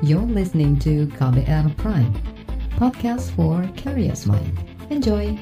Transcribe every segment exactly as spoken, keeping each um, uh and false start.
You're listening to K B R Prime, podcast for curious mind. Enjoy!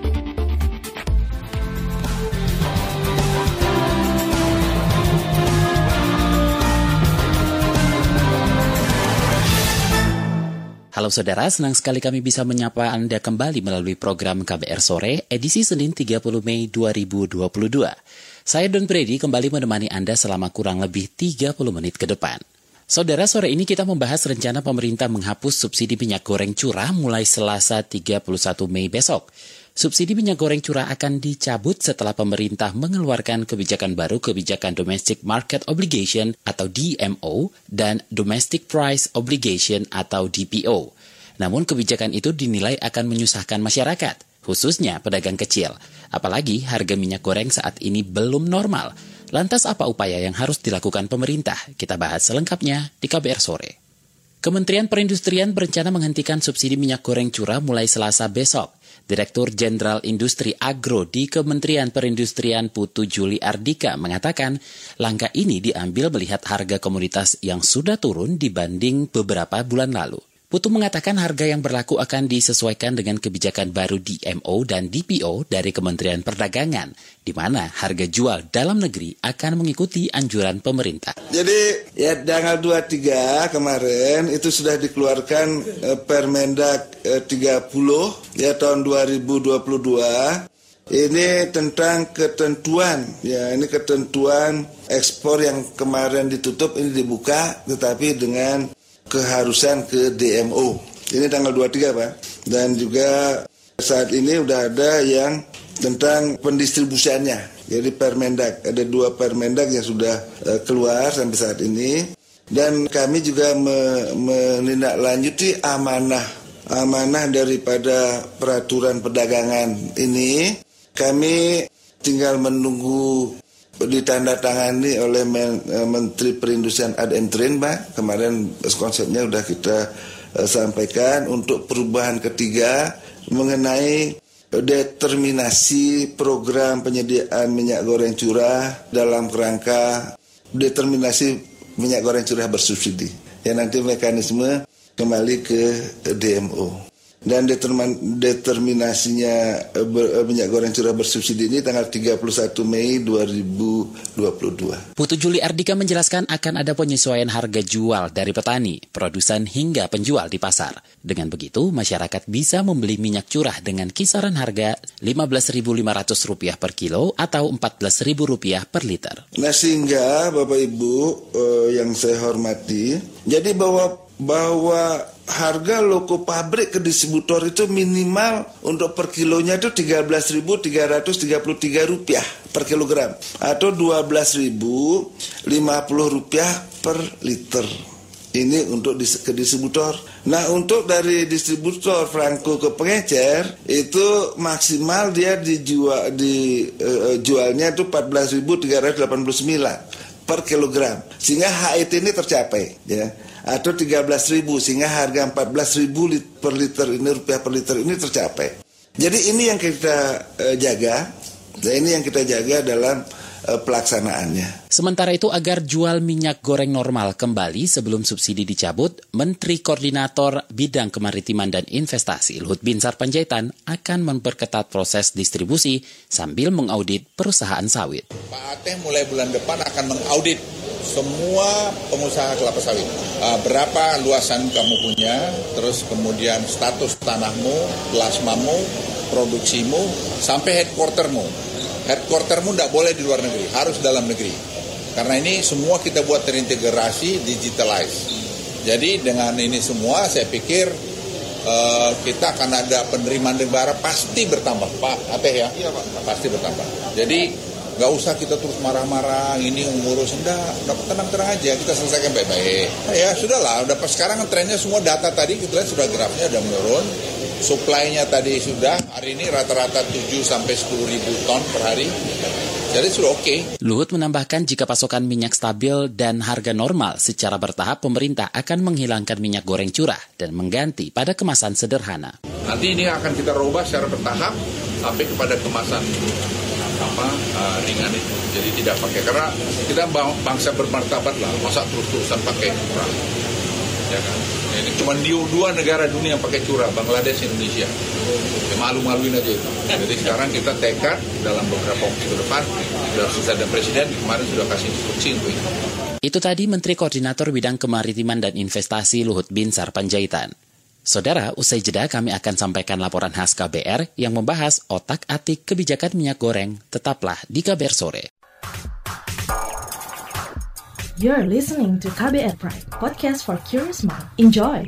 Halo saudara, senang sekali kami bisa menyapa Anda kembali melalui program K B R Sore, edisi Senin tiga puluh Mei dua ribu dua puluh dua. Saya Don Brady kembali menemani Anda selama kurang lebih tiga puluh menit ke depan. Saudara, sore ini kita membahas rencana pemerintah menghapus subsidi minyak goreng curah mulai Selasa tiga puluh satu Mei besok. Subsidi minyak goreng curah akan dicabut setelah pemerintah mengeluarkan kebijakan baru kebijakan Domestic Market Obligation atau D M O dan Domestic Price Obligation atau D P O. Namun kebijakan itu dinilai akan menyusahkan masyarakat, khususnya pedagang kecil. Apalagi harga minyak goreng saat ini belum normal. Lantas apa upaya yang harus dilakukan pemerintah? Kita bahas selengkapnya di K B R Sore. Kementerian Perindustrian berencana menghentikan subsidi minyak goreng curah mulai Selasa besok. Direktur Jenderal Industri Agro di Kementerian Perindustrian Putu Juli Ardika mengatakan langkah ini diambil melihat harga komoditas yang sudah turun dibanding beberapa bulan lalu. Putu mengatakan harga yang berlaku akan disesuaikan dengan kebijakan baru D M O dan D P O dari Kementerian Perdagangan, di mana harga jual dalam negeri akan mengikuti anjuran pemerintah. Jadi ya tanggal dua puluh tiga kemarin itu sudah dikeluarkan eh, Permendag eh, tiga puluh ya tahun dua ribu dua puluh dua. Ini tentang ketentuan, ya ini ketentuan ekspor yang kemarin ditutup ini dibuka, tetapi dengan keharusan ke D M O. Ini tanggal dua puluh tiga Pak. Dan juga saat ini udah ada yang tentang pendistribusiannya. Jadi Permendag, ada dua Permendag yang sudah uh, keluar sampai saat ini. Dan kami juga me- menindaklanjuti amanah amanah daripada peraturan perdagangan ini. Kami tinggal menunggu ditandatangani oleh Men- Menteri Perindustrian Ad Interim, Pak. Kemarin konsepnya sudah kita uh, sampaikan untuk perubahan ketiga mengenai determinasi program penyediaan minyak goreng curah dalam kerangka determinasi minyak goreng curah bersubsidi. Ya nanti mekanisme kembali ke D M O. Dan determin, determinasinya ber, minyak goreng curah bersubsidi ini tanggal tiga puluh satu Mei dua ribu dua puluh dua. Putu Juli Ardika menjelaskan akan ada penyesuaian harga jual dari petani, produsen hingga penjual di pasar. Dengan begitu, masyarakat bisa membeli minyak curah dengan kisaran harga lima belas ribu lima ratus rupiah per kilo atau empat belas ribu rupiah per liter. Nah sehingga Bapak Ibu eh, yang saya hormati, jadi bahwa bahwa harga loko pabrik ke distributor itu minimal untuk per kilonya itu tiga belas ribu tiga ratus tiga puluh tiga rupiah per kilogram atau dua belas ribu lima puluh rupiah per liter. Ini untuk dis- ke distributor. Nah untuk dari distributor Franco ke pengecer itu maksimal dia dijual di uh, jualnya itu empat belas ribu tiga ratus delapan puluh sembilan per kilogram. Sehingga H I T ini tercapai ya. Atau tiga belas ribu sehingga harga empat belas ribu per liter ini rupiah per liter ini tercapai. Jadi ini yang kita uh, jaga, dan ini yang kita jaga dalam uh, pelaksanaannya. Sementara itu agar jual minyak goreng normal kembali sebelum subsidi dicabut, Menteri Koordinator Bidang Kemaritiman dan Investasi Luhut Binsar Panjaitan akan memperketat proses distribusi sambil mengaudit perusahaan sawit. Pak Ateh mulai bulan depan akan mengaudit semua pengusaha kelapa sawit. Uh, berapa luasan kamu punya, terus kemudian status tanahmu, plasmamu, produksimu, sampai headquartermu. Headquartermu tidak boleh di luar negeri, harus dalam negeri. Karena ini semua kita buat terintegrasi, digitalize. Jadi dengan ini semua saya pikir uh, kita akan ada penerimaan negara pasti bertambah. Pak Ateh ya? Iya Pak. Pasti bertambah. Jadi nggak usah kita terus marah-marah, ini ngurus, enggak, udah tenang-tenang aja, kita selesaikan baik-baik. Nah, ya sudahlah, udah pas sekarang trennya semua data tadi, kita lihat sudah grafnya udah menurun, supply-nya tadi sudah, hari ini rata-rata tujuh sampai sepuluh ribu ton per hari, jadi sudah oke. Okay. Luhut menambahkan jika pasokan minyak stabil dan harga normal, secara bertahap pemerintah akan menghilangkan minyak goreng curah dan mengganti pada kemasan sederhana. Nanti ini akan kita rubah secara bertahap sampai kepada kemasan apa uh, ringan itu, jadi tidak pakai, karena kita bangsa bermartabat lah, masa terus-terusan pakai kurang. Ya kan? Ini cuma di dua negara dunia yang pakai curah, Bangladesh, Indonesia. Ya, malu-maluin aja itu. Jadi sekarang kita tekad dalam beberapa waktu ke depan, sudah selesai dan Presiden kemarin sudah kasih instruksi untuk itu. Itu tadi Menteri Koordinator Bidang Kemaritiman dan Investasi Luhut Binsar Panjaitan. Saudara, usai jeda kami akan sampaikan laporan khas K B R yang membahas otak-atik kebijakan minyak goreng. Tetaplah di K B R Sore. You're listening to K B R Pride, podcast for curious mind. Enjoy!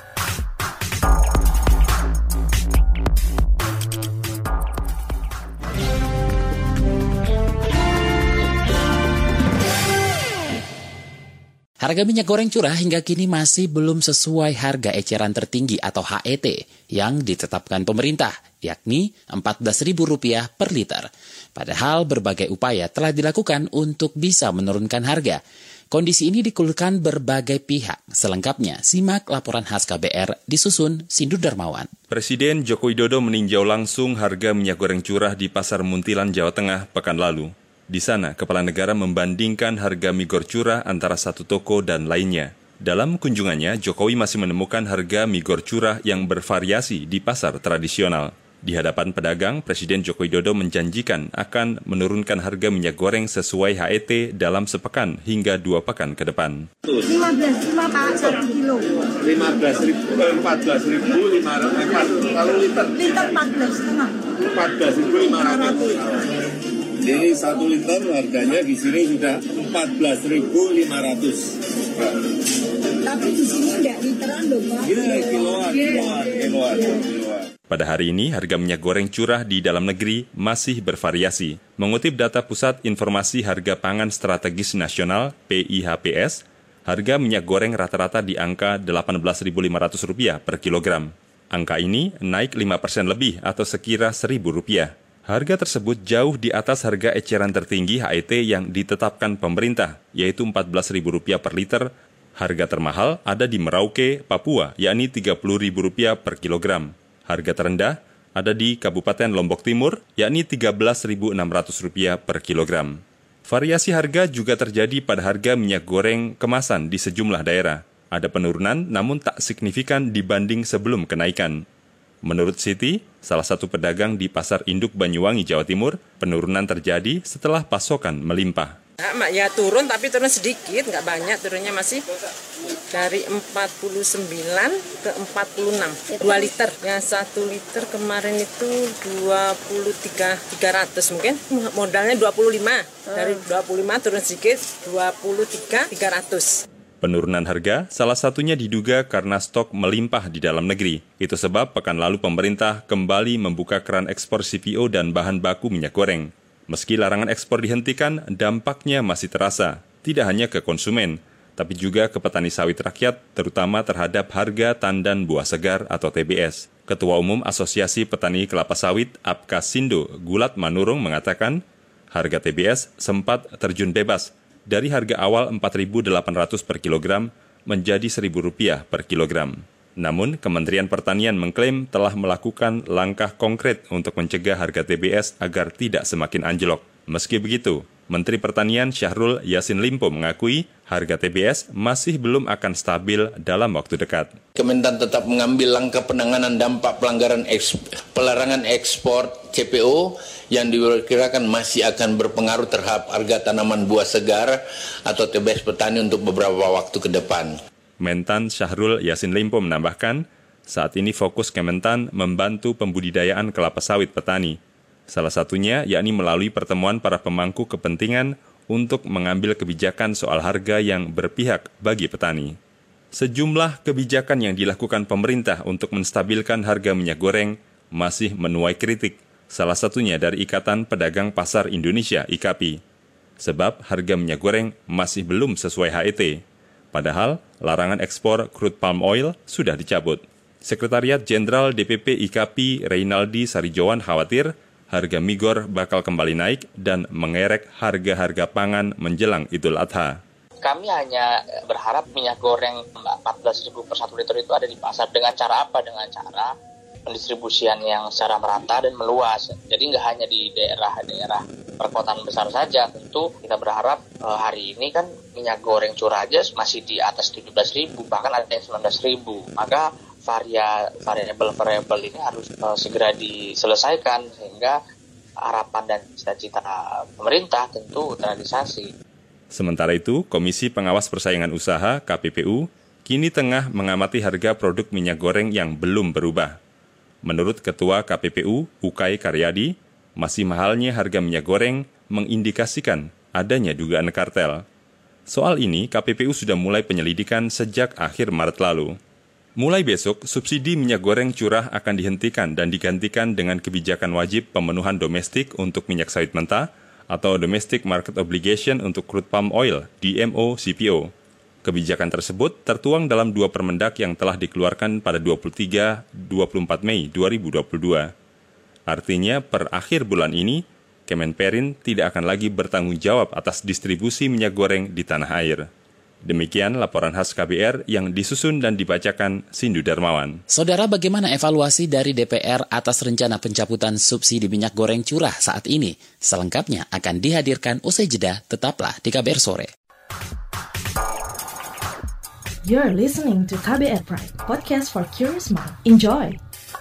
Harga minyak goreng curah hingga kini masih belum sesuai harga eceran tertinggi atau H E T yang ditetapkan pemerintah, yakni empat belas ribu rupiah per liter. Padahal berbagai upaya telah dilakukan untuk bisa menurunkan harga. Kondisi ini dikeluhkan berbagai pihak. Selengkapnya, simak laporan khas K B R disusun Sindu Darmawan. Presiden Joko Widodo meninjau langsung harga minyak goreng curah di Pasar Muntilan, Jawa Tengah, pekan lalu. Di sana, Kepala Negara membandingkan harga mie goreng curah antara satu toko dan lainnya. Dalam kunjungannya, Jokowi masih menemukan harga mie goreng curah yang bervariasi di pasar tradisional. Di hadapan pedagang, Presiden Joko Widodo menjanjikan akan menurunkan harga minyak goreng sesuai H E T dalam sepekan hingga dua pekan ke depan. lima belas lima Pak satu kilo. lima belas ribu, empat belas ribu lima ratus. Kalau liter? Liter empat belas setengah. empat belas ribu lima ratus. Jadi satu liter harganya di sini sudah empat belas ribu lima ratus. Tapi di sini enggak literan loh Pak. Iya, kiloan, kiloan, kiloan, kiloan. Pada hari ini, harga minyak goreng curah di dalam negeri masih bervariasi. Mengutip data Pusat Informasi Harga Pangan Strategis Nasional P I H P S, harga minyak goreng rata-rata di angka delapan belas ribu lima ratus rupiah per kilogram. Angka ini naik lima persen lebih atau sekira seribu rupiah. Harga tersebut jauh di atas harga eceran tertinggi H E T yang ditetapkan pemerintah, yaitu empat belas ribu rupiah per liter. Harga termahal ada di Merauke, Papua, yakni tiga puluh ribu rupiah per kilogram. Harga terendah ada di Kabupaten Lombok Timur, yakni tiga belas ribu enam ratus rupiah per kilogram. Variasi harga juga terjadi pada harga minyak goreng kemasan di sejumlah daerah. Ada penurunan namun tak signifikan dibanding sebelum kenaikan. Menurut Siti, salah satu pedagang di Pasar Induk Banyuwangi, Jawa Timur, penurunan terjadi setelah pasokan melimpah. Nah, ya turun tapi turun sedikit, nggak banyak turunnya, masih dari empat puluh sembilan ke empat puluh enam, dua liter. Ya satu liter kemarin itu dua puluh tiga tiga ratus mungkin, modalnya dua puluh lima. Dari dua puluh lima turun sedikit, dua puluh tiga tiga ratus. Penurunan harga salah satunya diduga karena stok melimpah di dalam negeri. Itu sebab pekan lalu pemerintah kembali membuka keran ekspor C P O dan bahan baku minyak goreng. Meski larangan ekspor dihentikan, dampaknya masih terasa. Tidak hanya ke konsumen, tapi juga ke petani sawit rakyat, terutama terhadap harga tandan buah segar atau T B S. Ketua Umum Asosiasi Petani Kelapa Sawit, Apkasindo, Gulat Manurung mengatakan, harga T B S sempat terjun bebas dari harga awal empat ribu delapan ratus per kilogram menjadi seribu rupiah per kilogram. Namun, Kementerian Pertanian mengklaim telah melakukan langkah konkret untuk mencegah harga T B S agar tidak semakin anjlok. Meski begitu, Menteri Pertanian Syahrul Yassin Limpo mengakui harga T B S masih belum akan stabil dalam waktu dekat. Kementan tetap mengambil langkah penanganan dampak pelanggaran eksp- pelarangan ekspor C P O yang diperkirakan masih akan berpengaruh terhadap harga tanaman buah segar atau T B S petani untuk beberapa waktu ke depan. Mentan Syahrul Yassin Limpo menambahkan, saat ini fokus Kementan membantu pembudidayaan kelapa sawit petani. Salah satunya yakni melalui pertemuan para pemangku kepentingan untuk mengambil kebijakan soal harga yang berpihak bagi petani. Sejumlah kebijakan yang dilakukan pemerintah untuk menstabilkan harga minyak goreng masih menuai kritik, salah satunya dari Ikatan Pedagang Pasar Indonesia I K A P I. Sebab harga minyak goreng masih belum sesuai H E T. Padahal, larangan ekspor crude palm oil sudah dicabut. Sekretariat Jenderal D P P I K A P I Reynaldi Sarijowan khawatir harga migor bakal kembali naik dan mengerek harga-harga pangan menjelang Idul Adha. Kami hanya berharap minyak goreng empat belas ribu per satu liter itu ada di pasar. Dengan cara apa? Dengan cara pendistribusian yang secara merata dan meluas. Jadi nggak hanya di daerah-daerah perkotaan besar saja. Tentu kita berharap uh, hari ini kan minyak goreng curah aja masih di atas tujuh belas ribu, bahkan ada yang sembilan belas ribu. Maka varia, variabel-variabel ini harus uh, segera diselesaikan sehingga harapan dan cita-cita pemerintah tentu terrealisasi. Sementara itu, Komisi Pengawas Persaingan Usaha K P P U kini tengah mengamati harga produk minyak goreng yang belum berubah. Menurut Ketua K P P U, Ukay Karyadi, masih mahalnya harga minyak goreng mengindikasikan adanya dugaan kartel. Soal ini, K P P U sudah mulai penyelidikan sejak akhir Maret lalu. Mulai besok, subsidi minyak goreng curah akan dihentikan dan digantikan dengan kebijakan wajib pemenuhan domestik untuk minyak sawit mentah atau Domestic Market Obligation untuk crude palm oil, D M O C P O. Kebijakan tersebut tertuang dalam dua permendak yang telah dikeluarkan pada dua puluh tiga sampai dua puluh empat Mei dua ribu dua puluh dua. Artinya, per akhir bulan ini, Kemenperin tidak akan lagi bertanggung jawab atas distribusi minyak goreng di tanah air. Demikian laporan khas K B R yang disusun dan dibacakan Sindu Darmawan. Saudara, bagaimana evaluasi dari D P R atas rencana pencabutan subsidi minyak goreng curah saat ini? Selengkapnya akan dihadirkan usai jeda, tetaplah di K B R Sore. You're listening to K B R Prime, podcast for curious mind. Enjoy!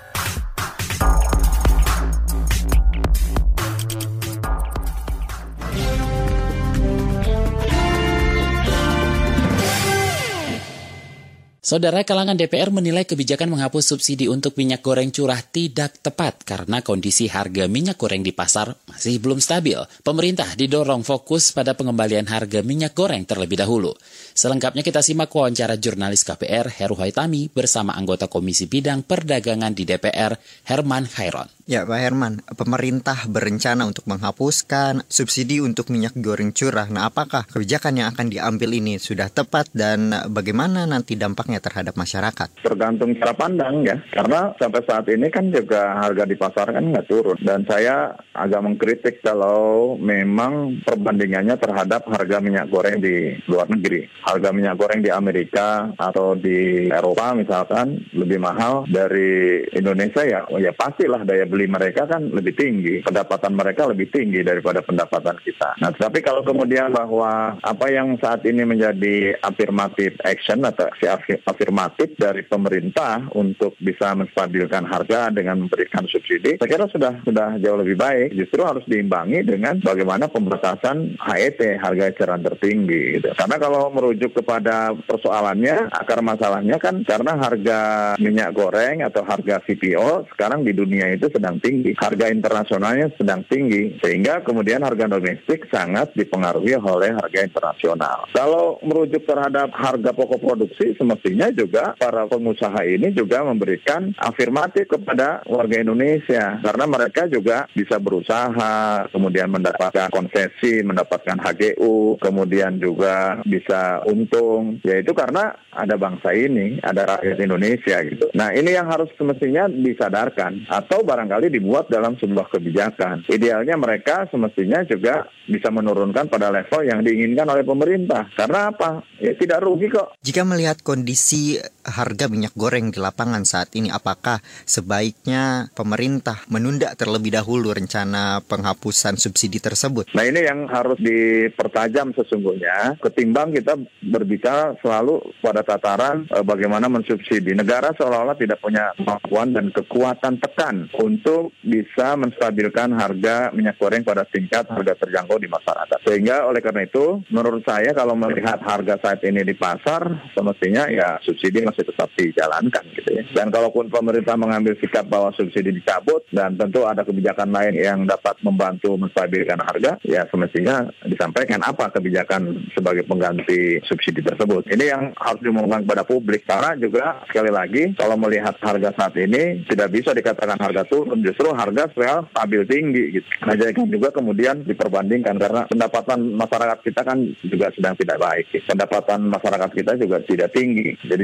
Saudara, kalangan D P R menilai kebijakan menghapus subsidi untuk minyak goreng curah tidak tepat karena kondisi harga minyak goreng di pasar masih belum stabil. Pemerintah didorong fokus pada pengembalian harga minyak goreng terlebih dahulu. Selengkapnya kita simak wawancara jurnalis K P R Heru Haitami bersama anggota Komisi Bidang Perdagangan di D P R Herman Khairon. Ya Pak Herman, pemerintah berencana untuk menghapuskan subsidi untuk minyak goreng curah. Nah, apakah kebijakan yang akan diambil ini sudah tepat dan bagaimana nanti dampaknya terhadap masyarakat? Tergantung cara pandang ya, karena sampai saat ini kan juga harga di pasar kan nggak turun. Dan saya agak mengkritik kalau memang perbandingannya terhadap harga minyak goreng di luar negeri. Harga minyak goreng di Amerika atau di Eropa misalkan lebih mahal dari Indonesia ya, ya pastilah daya beli mereka kan lebih tinggi, pendapatan mereka lebih tinggi daripada pendapatan kita. Nah, tapi kalau kemudian bahwa apa yang saat ini menjadi affirmative action atau afirmatif dari pemerintah untuk bisa menstabilkan harga dengan memberikan subsidi, saya kira sudah sudah jauh lebih baik. Justru harus diimbangi dengan bagaimana pembatasan H E T, harga eceran tertinggi. Gitu. Karena kalau merujuk kepada persoalannya, akar masalahnya kan karena harga minyak goreng atau harga C P O sekarang di dunia itu sedang tinggi, harga internasionalnya sedang tinggi, sehingga kemudian harga domestik sangat dipengaruhi oleh harga internasional. Kalau merujuk terhadap harga pokok produksi, semestinya juga para pengusaha ini juga memberikan afirmatif kepada warga Indonesia, karena mereka juga bisa berusaha, kemudian mendapatkan konsesi, mendapatkan H G U, kemudian juga bisa untung, yaitu karena ada bangsa ini, ada rakyat Indonesia gitu. Nah, ini yang harus semestinya disadarkan, atau barangkali dibuat dalam sebuah kebijakan. Idealnya mereka semestinya juga bisa menurunkan pada level yang diinginkan oleh pemerintah. Karena apa? Ya tidak rugi kok. Jika melihat kondisi harga minyak goreng di lapangan saat ini, apakah sebaiknya pemerintah menunda terlebih dahulu rencana penghapusan subsidi tersebut? Nah, ini yang harus dipertajam sesungguhnya, ketimbang kita berbicara selalu pada tataran e, bagaimana mensubsidi. Negara seolah-olah tidak punya kemampuan dan kekuatan tekan untuk bisa menstabilkan harga minyak goreng pada tingkat harga terjangkau di masyarakat. Sehingga oleh karena itu, menurut saya kalau melihat harga saat ini di pasar, semestinya ya subsidi masih tetap dijalankan gitu ya. Dan kalaupun pemerintah mengambil sikap bahwa subsidi dicabut dan tentu ada kebijakan lain yang dapat membantu menstabilkan harga, ya semestinya disampaikan apa kebijakan sebagai pengganti subsidi tersebut. Ini yang harus diumumkan kepada publik, karena juga sekali lagi kalau melihat harga saat ini tidak bisa dikatakan harga turun, justru harga real stabil tinggi gitu. Nah, jadi kan juga kemudian diperbandingkan karena pendapatan masyarakat kita kan juga sedang tidak baik. Pendapatan masyarakat kita juga tidak tinggi. Jadi jangan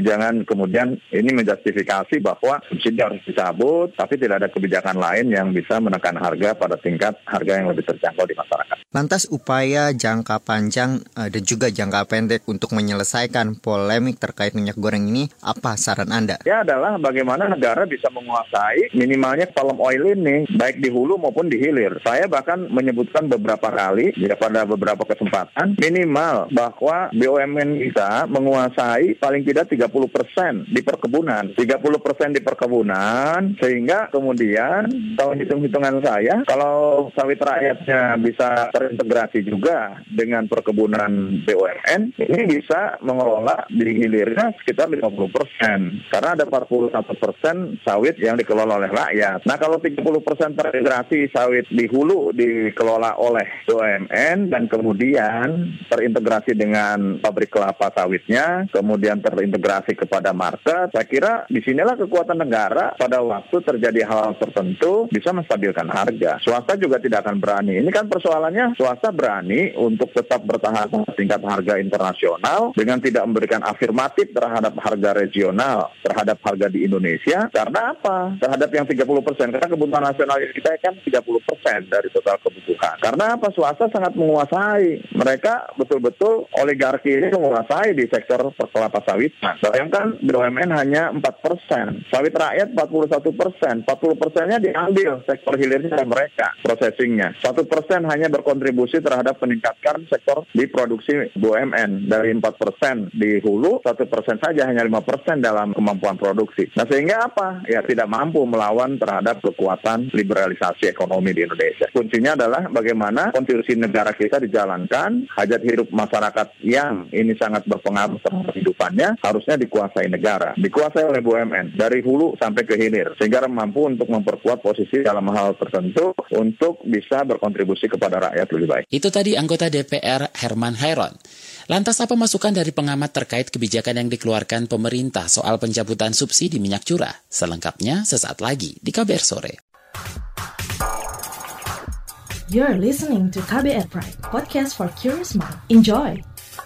dan kemudian ini menjustifikasi bahwa subsidi harus dicabut, tapi tidak ada kebijakan lain yang bisa menekan harga pada tingkat harga yang lebih terjangkau di masyarakat. Lantas upaya jangka panjang uh, dan juga jangka pendek untuk menyelesaikan polemik terkait minyak goreng ini, apa saran Anda? Ya adalah bagaimana negara bisa menguasai minimalnya palm oil ini, baik di hulu maupun di hilir. Saya bahkan menyebutkan beberapa kali, ya pada beberapa kesempatan, minimal bahwa B U M N bisa menguasai paling tidak tiga puluh persen di perkebunan. tiga puluh persen di perkebunan, sehingga kemudian, tahun hitung-hitungan saya, kalau sawit rakyatnya bisa terintegrasi juga dengan perkebunan B U M N, ini bisa mengelola di hilirnya sekitar lima puluh persen. Karena ada empat puluh satu persen sawit yang dikelola oleh rakyat. Nah, kalau tiga puluh persen terintegrasi sawit di hulu dikelola oleh B U M N dan kemudian terintegrasi dengan pabrik kelapa sawitnya, kemudian terintegrasi kepada market, saya kira disinilah kekuatan negara pada waktu terjadi hal tertentu bisa menstabilkan harga. Swasta juga tidak akan berani. Ini kan persoalannya, swasta berani untuk tetap bertahan tingkat harga internasional dengan tidak memberikan afirmatif terhadap harga regional, terhadap harga di Indonesia. Karena apa? Terhadap yang tiga puluh persen. Karena kebutuhan nasional kita kan tiga puluh persen dari total kebutuhan. Karena apa? Swasta sangat menguasai. Mereka betul-betul oligarki ini menguasai di sektor kelapa sawitan. Bayangkan B U M N hanya empat persen. Sawit rakyat empat puluh satu persen. empat puluh persennya diambil sektor hilirnya dari mereka, processingnya. satu persen hanya berkontribusi terhadap meningkatkan sektor di produksi B U M N. Dari empat persen di hulu, satu persen saja, hanya lima persen dalam kemampuan produksi. Nah, sehingga apa? Ya, tidak mampu melawan terhadap kekuatan liberalisasi ekonomi di Indonesia. Kuncinya adalah bagaimana konstitusi negara kita dijalankan, hajat hidup masyarakat yang ini sangat berpengaruh terhadap kehidupannya, harusnya dikuasai negara. Dikuasai oleh B U M N, dari hulu sampai ke hilir, sehingga mampu untuk memperkuat posisi dalam hal tertentu untuk bisa berkontribusi kepada rakyat lebih baik. Itu tadi anggota D P R Herman Hairon. Lantas apa masukan dari pengamat terkait kebijakan yang dikeluarkan pemerintah soal pencabutan subsidi minyak curah? Selengkapnya sesaat lagi di K B R Sore. You're listening to K B R Pride, podcast for curious mind. Enjoy!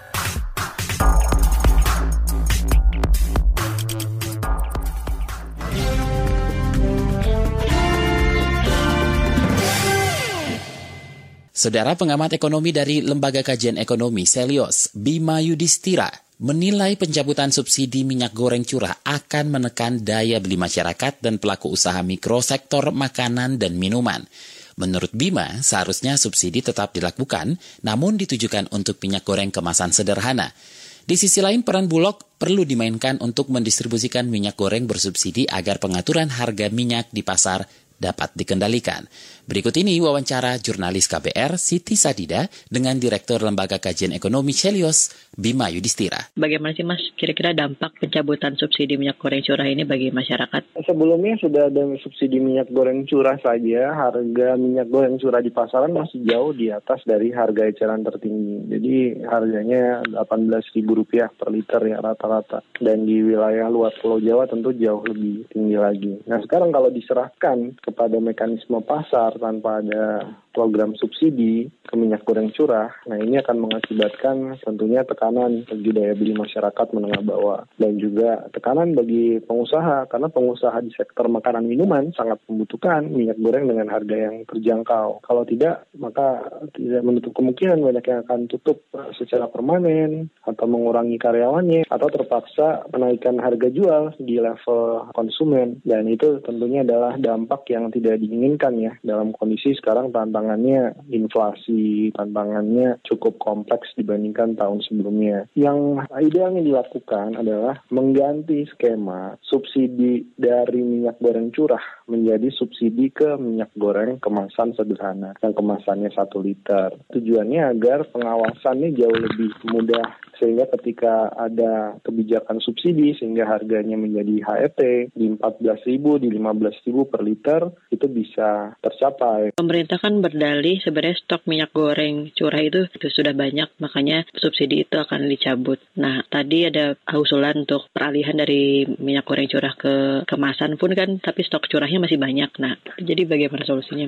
Saudara pengamat ekonomi dari Lembaga Kajian Ekonomi Selios, Bima Yudhistira, menilai pencabutan subsidi minyak goreng curah akan menekan daya beli masyarakat dan pelaku usaha mikro sektor makanan dan minuman. Menurut Bima, seharusnya subsidi tetap dilakukan, namun ditujukan untuk minyak goreng kemasan sederhana. Di sisi lain, peran Bulog perlu dimainkan untuk mendistribusikan minyak goreng bersubsidi agar pengaturan harga minyak di pasar dapat dikendalikan. Berikut ini wawancara jurnalis K B R Siti Sadida dengan Direktur Lembaga Kajian Ekonomi Selios, Bima Yudhistira. Bagaimana sih Mas kira-kira dampak pencabutan subsidi minyak goreng curah ini bagi masyarakat? Sebelumnya sudah ada subsidi minyak goreng curah saja, harga minyak goreng curah di pasaran masih jauh di atas dari harga eceran tertinggi. Jadi harganya delapan belas ribu rupiah per liter ya rata-rata. Dan di wilayah luar Pulau Jawa tentu jauh lebih tinggi lagi. Nah sekarang kalau diserahkan kepada mekanisme pasar tanpa ada program subsidi ke minyak goreng curah, nah ini akan mengakibatkan tentunya tekanan bagi daya beli masyarakat menengah bawah dan juga tekanan bagi pengusaha karena pengusaha di sektor makanan minuman sangat membutuhkan minyak goreng dengan harga yang terjangkau. Kalau tidak, maka tidak menutup kemungkinan banyak yang akan tutup secara permanen atau mengurangi karyawannya atau terpaksa menaikkan harga jual di level konsumen, dan itu tentunya adalah dampak yang tidak diinginkan ya dalam kondisi sekarang tantangannya inflasi, tantangannya cukup kompleks dibandingkan tahun sebelumnya. Yang idealnya dilakukan adalah mengganti skema subsidi dari minyak goreng curah menjadi subsidi ke minyak goreng kemasan sederhana yang kemasannya satu liter. Tujuannya agar pengawasannya jauh lebih mudah sehingga ketika ada kebijakan subsidi sehingga harganya menjadi H E T di empat belas ribu, di lima belas ribu per liter itu bisa tercapai. Pemerintah kan berdalih sebenarnya stok minyak goreng curah itu, itu sudah banyak, makanya subsidi itu akan dicabut. Nah, tadi ada usulan untuk peralihan dari minyak goreng curah ke kemasan pun kan, tapi stok curahnya masih banyak. Nah, jadi bagaimana solusinya, Mas?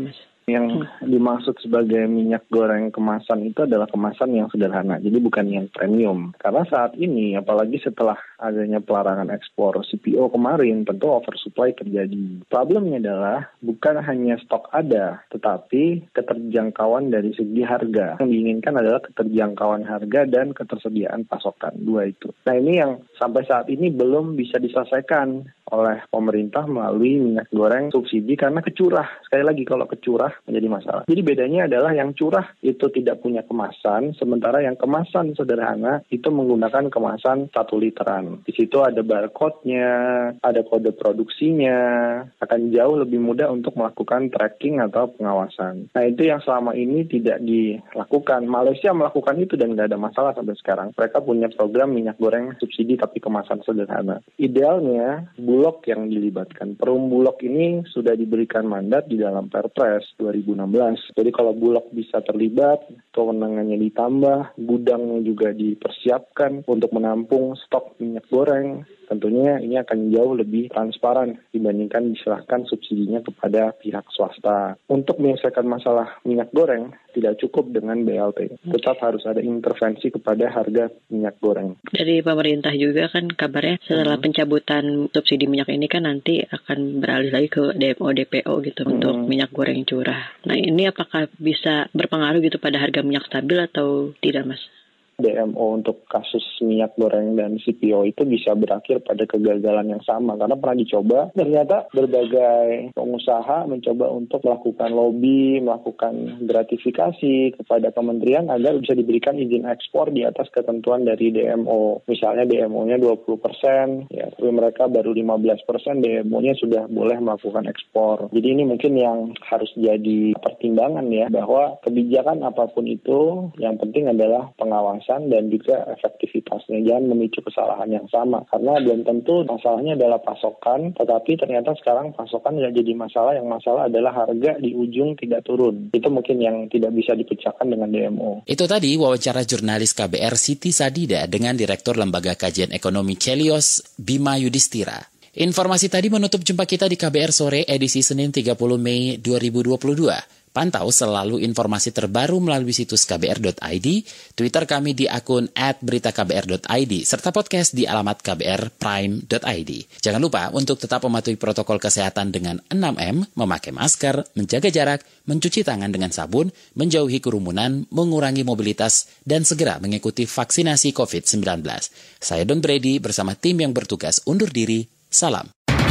Yang dimaksud sebagai minyak goreng kemasan itu adalah kemasan yang sederhana, jadi bukan yang premium. Karena saat ini, apalagi setelah adanya pelarangan ekspor C P O kemarin, tentu oversupply terjadi. Problemnya adalah bukan hanya stok ada, tetapi keterjangkauan dari segi harga. Yang diinginkan adalah keterjangkauan harga dan ketersediaan pasokan, dua itu. Nah ini yang sampai saat ini belum bisa diselesaikan oleh pemerintah melalui minyak goreng subsidi karena kecurah. Sekali lagi kalau kecurah menjadi masalah. Jadi bedanya adalah yang curah itu tidak punya kemasan, sementara yang kemasan sederhana itu menggunakan kemasan satu literan. Di situ ada barcode-nya, ada kode produksinya, akan jauh lebih mudah untuk melakukan tracking atau pengawasan. Nah itu yang selama ini tidak dilakukan. Malaysia melakukan itu dan nggak ada masalah sampai sekarang. Mereka punya program minyak goreng subsidi tapi kemasan sederhana. Idealnya Bulog yang dilibatkan. Perum Bulog ini sudah diberikan mandat di dalam Perpres dua ribu enam belas. Jadi kalau Bulog bisa terlibat, kewenangannya ditambah, gudangnya juga dipersiapkan untuk menampung stok minyak goreng, tentunya ini akan jauh lebih transparan dibandingkan diserahkan subsidinya kepada pihak swasta. Untuk menyelesaikan masalah minyak goreng, tidak cukup dengan B L T. Tetap harus ada intervensi kepada harga minyak goreng. Dari pemerintah juga kan kabarnya setelah hmm. pencabutan subsidi minyak ini kan nanti akan beralih lagi ke D M O D P O gitu hmm. untuk minyak goreng curah. Nah ini apakah bisa berpengaruh gitu pada harga minyak stabil atau tidak, Mas? D M O untuk kasus minyak goreng dan C P O itu bisa berakhir pada kegagalan yang sama karena pernah dicoba, ternyata berbagai pengusaha mencoba untuk melakukan lobby, melakukan gratifikasi kepada kementerian agar bisa diberikan izin ekspor di atas ketentuan dari D M O. Misalnya D M O-nya dua puluh persen, ya, tapi mereka baru lima belas persen D M O-nya sudah boleh melakukan ekspor. Jadi ini mungkin yang harus jadi pertimbangan ya, bahwa kebijakan apapun itu yang penting adalah pengawasan dan juga efektivitasnya. Jangan memicu kesalahan yang sama karena belum tentu masalahnya adalah pasokan, tetapi ternyata sekarang pasokan tidak jadi masalah, yang masalah adalah harga di ujung tidak turun. Itu mungkin yang tidak bisa dipecahkan dengan D M O. Itu tadi wawancara jurnalis K B R Siti Sadida dengan Direktur Lembaga Kajian Ekonomi Celios Bima Yudhistira. Informasi tadi menutup jumpa kita di K B R Sore edisi Senin tiga puluh Mei dua ribu dua puluh dua. Pantau selalu informasi terbaru melalui situs k b r dot i d, Twitter kami di akun at berita k b r dot i d, serta podcast di alamat k b r prime dot i d. Jangan lupa untuk tetap mematuhi protokol kesehatan dengan enam M, memakai masker, menjaga jarak, mencuci tangan dengan sabun, menjauhi kerumunan, mengurangi mobilitas, dan segera mengikuti vaksinasi covid sembilan belas. Saya Don Brady bersama tim yang bertugas undur diri. Salam.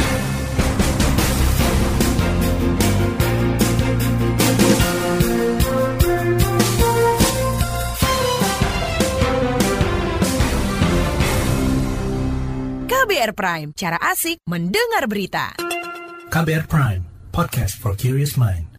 K B R Prime, cara asik mendengar berita. K B R Prime, podcast for curious mind.